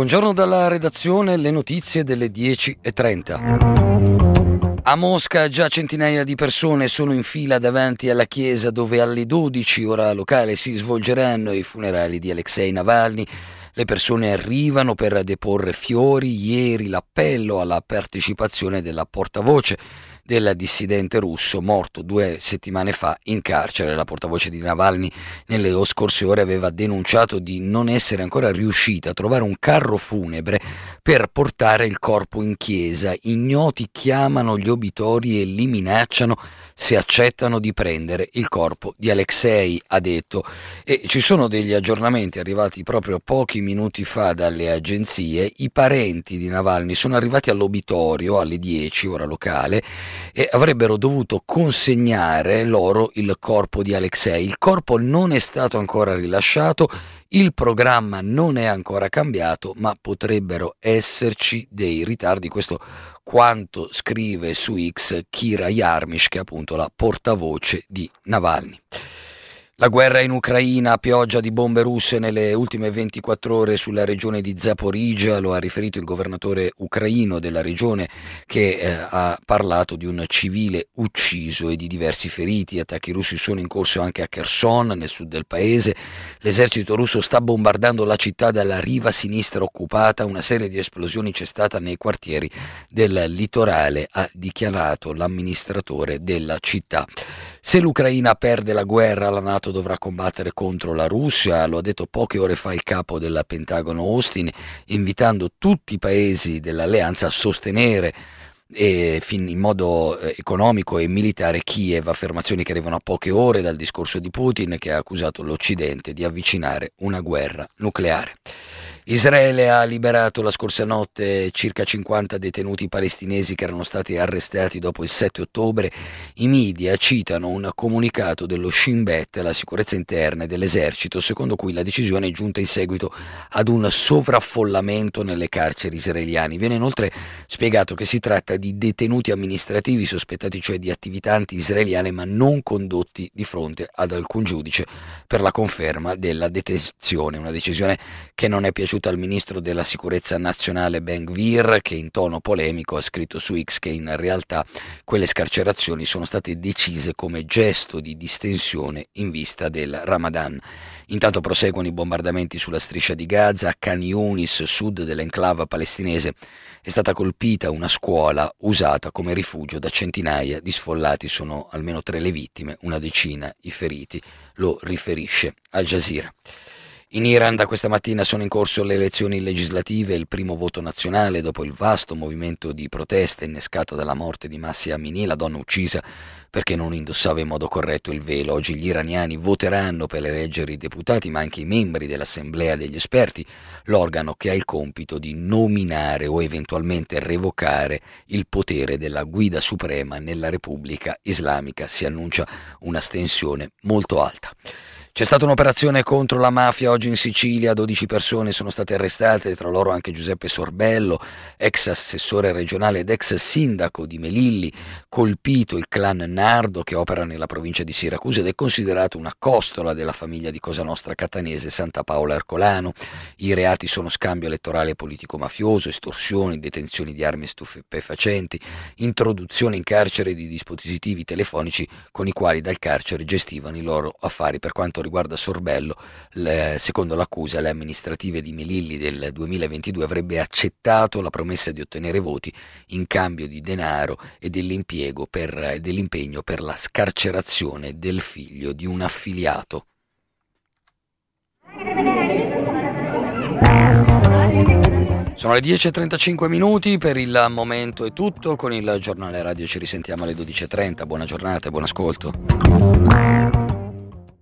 Buongiorno dalla redazione, le notizie delle 10:30. A Mosca già centinaia di persone sono in fila davanti alla chiesa dove alle 12 ora locale si svolgeranno i funerali di Alexei Navalny. Le persone arrivano per deporre fiori. Ieri l'appello alla partecipazione della portavoce del dissidente russo morto 2 settimane fa in carcere. La portavoce di Navalny nelle scorse ore aveva denunciato di non essere ancora riuscita a trovare un carro funebre per portare il corpo in chiesa. Ignoti chiamano gli obitori e li minacciano se accettano di prendere il corpo di Alexei, ha detto. E ci sono degli aggiornamenti arrivati proprio pochi minuti fa dalle agenzie. I parenti di Navalny sono arrivati all'obitorio alle 10 ora locale e avrebbero dovuto consegnare loro il corpo di Alexei. Il corpo non è stato ancora rilasciato, il programma non è ancora cambiato, ma potrebbero esserci dei ritardi. Questo quanto scrive su X Kira Yarmish, che è appunto la portavoce di Navalny. La guerra in Ucraina, pioggia di bombe russe nelle ultime 24 ore sulla regione di Zaporizhzhia, lo ha riferito il governatore ucraino della regione, che ha parlato di un civile ucciso e di diversi feriti. Attacchi russi sono in corso anche a Kherson, nel sud del paese. L'esercito russo sta bombardando la città dalla riva sinistra occupata. Una serie di esplosioni c'è stata nei quartieri del litorale, ha dichiarato l'amministratore della città. Se l'Ucraina perde la guerra, la NATO dovrà combattere contro la Russia, lo ha detto poche ore fa il capo del Pentagono Austin, invitando tutti i paesi dell'alleanza a sostenere in modo economico e militare Kiev, affermazioni che arrivano a poche ore dal discorso di Putin, che ha accusato l'Occidente di avvicinare una guerra nucleare. Israele ha liberato la scorsa notte circa 50 detenuti palestinesi che erano stati arrestati dopo il 7 ottobre. I media citano un comunicato dello Shin Bet, la sicurezza interna e dell'esercito, secondo cui la decisione è giunta in seguito ad un sovraffollamento nelle carceri israeliane. Viene inoltre spiegato che si tratta di detenuti amministrativi sospettati cioè di attività anti-israeliane, ma non condotti di fronte ad alcun giudice per la conferma della detenzione. Una decisione che non è piaciuta al ministro della sicurezza nazionale Ben Gvir, che in tono polemico ha scritto su X che in realtà quelle scarcerazioni sono state decise come gesto di distensione in vista del Ramadan. Intanto proseguono i bombardamenti sulla striscia di Gaza. A Khan Yunis, sud dell'enclave palestinese, è stata colpita una scuola usata come rifugio da centinaia di sfollati. Sono almeno 3 le vittime, una decina i feriti, lo riferisce Al Jazeera. In Iran da questa mattina sono in corso le elezioni legislative, il primo voto nazionale dopo il vasto movimento di protesta innescato dalla morte di Mahsa Amini, la donna uccisa perché non indossava in modo corretto il velo. Oggi gli iraniani voteranno per eleggere i deputati, ma anche i membri dell'Assemblea degli esperti, l'organo che ha il compito di nominare o eventualmente revocare il potere della guida suprema nella Repubblica Islamica. Si annuncia un'astensione molto alta. C'è stata un'operazione contro la mafia oggi in Sicilia, 12 persone sono state arrestate, tra loro anche Giuseppe Sorbello, ex assessore regionale ed ex sindaco di Melilli. Colpito il clan Nardo, che opera nella provincia di Siracusa ed è considerato una costola della famiglia di Cosa Nostra catanese Santa Paola Ercolano. I reati sono scambio elettorale politico-mafioso, estorsioni, detenzioni di armi stupefacenti, introduzione in carcere di dispositivi telefonici con i quali dal carcere gestivano i loro affari. Per quanto riguarda Sorbello, secondo l'accusa, le amministrative di Melilli del 2022 avrebbe accettato la promessa di ottenere voti in cambio di denaro e dell'impegno per la scarcerazione del figlio di un affiliato. Sono le 10:35, per il momento è tutto. Con il giornale radio ci risentiamo alle 12:30. Buona giornata e buon ascolto.